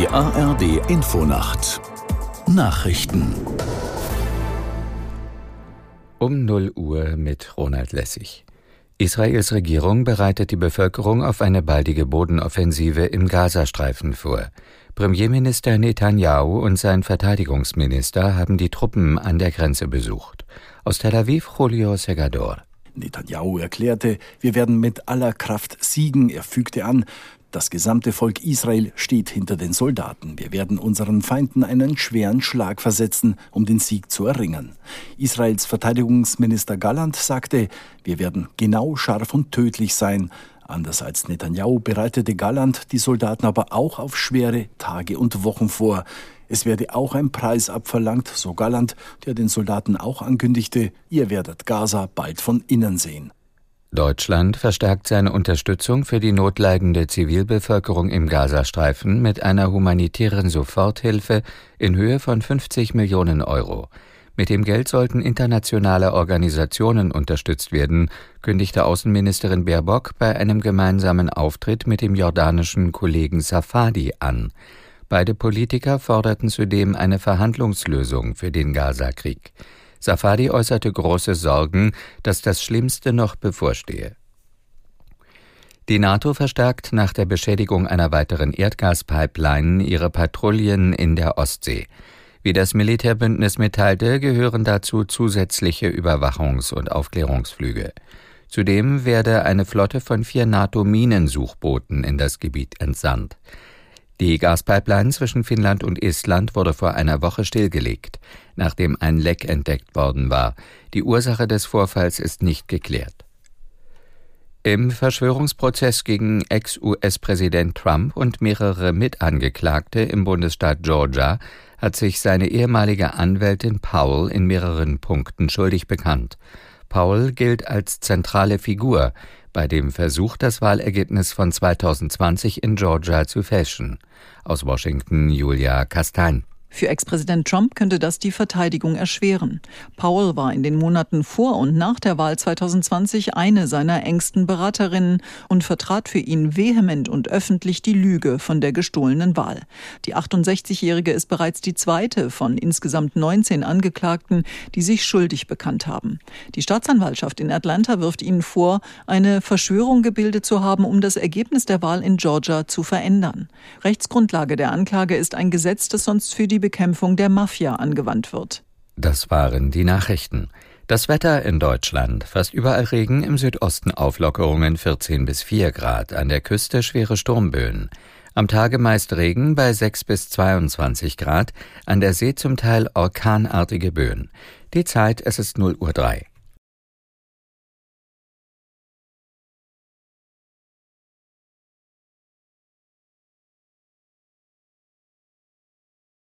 ARD Infonacht Nachrichten um 0 Uhr mit Ronald Lessig. Israels Regierung bereitet die Bevölkerung auf eine baldige Bodenoffensive im Gazastreifen vor. Premierminister Netanyahu und sein Verteidigungsminister haben die Truppen an der Grenze besucht. Aus Tel Aviv, Julio Segador. Netanyahu erklärte, wir werden mit aller Kraft siegen. Er fügte an, das gesamte Volk Israel steht hinter den Soldaten. Wir werden unseren Feinden einen schweren Schlag versetzen, um den Sieg zu erringen. Israels Verteidigungsminister Gallant sagte, wir werden genau, scharf und tödlich sein. Anders als Netanyahu bereitete Gallant die Soldaten aber auch auf schwere Tage und Wochen vor. Es werde auch ein Preis abverlangt, so Gallant, der den Soldaten auch ankündigte, ihr werdet Gaza bald von innen sehen. Deutschland verstärkt seine Unterstützung für die notleidende Zivilbevölkerung im Gazastreifen mit einer humanitären Soforthilfe in Höhe von 50 Millionen Euro. Mit dem Geld sollten internationale Organisationen unterstützt werden, kündigte Außenministerin Baerbock bei einem gemeinsamen Auftritt mit dem jordanischen Kollegen Safadi an. Beide Politiker forderten zudem eine Verhandlungslösung für den Gaza-Krieg. Safadi äußerte große Sorgen, dass das Schlimmste noch bevorstehe. Die NATO verstärkt nach der Beschädigung einer weiteren Erdgaspipeline ihre Patrouillen in der Ostsee. Wie das Militärbündnis mitteilte, gehören dazu zusätzliche Überwachungs- und Aufklärungsflüge. Zudem werde eine Flotte von 4 NATO-Minensuchbooten in das Gebiet entsandt. Die Gaspipeline zwischen Finnland und Estland wurde vor einer Woche stillgelegt, nachdem ein Leck entdeckt worden war. Die Ursache des Vorfalls ist nicht geklärt. Im Verschwörungsprozess gegen Ex-US-Präsident Trump und mehrere Mitangeklagte im Bundesstaat Georgia hat sich seine ehemalige Anwältin Powell in mehreren Punkten schuldig bekannt. Powell gilt als zentrale Figur bei dem Versuch, das Wahlergebnis von 2020 in Georgia zu fälschen. Aus Washington, Julia Kastein. Für Ex-Präsident Trump könnte das die Verteidigung erschweren. Powell war in den Monaten vor und nach der Wahl 2020 eine seiner engsten Beraterinnen und vertrat für ihn vehement und öffentlich die Lüge von der gestohlenen Wahl. Die 68-Jährige ist bereits die zweite von insgesamt 19 Angeklagten, die sich schuldig bekannt haben. Die Staatsanwaltschaft in Atlanta wirft ihnen vor, eine Verschwörung gebildet zu haben, um das Ergebnis der Wahl in Georgia zu verändern. Rechtsgrundlage der Anklage ist ein Gesetz, das sonst für die Bekämpfung der Mafia angewandt wird. Das waren die Nachrichten. Das Wetter in Deutschland. Fast überall Regen, im Südosten Auflockerungen 14 bis 4 Grad, an der Küste schwere Sturmböen. Am Tage meist Regen bei 6 bis 22 Grad, an der See zum Teil orkanartige Böen. Die Zeit, es ist 0:03 Uhr.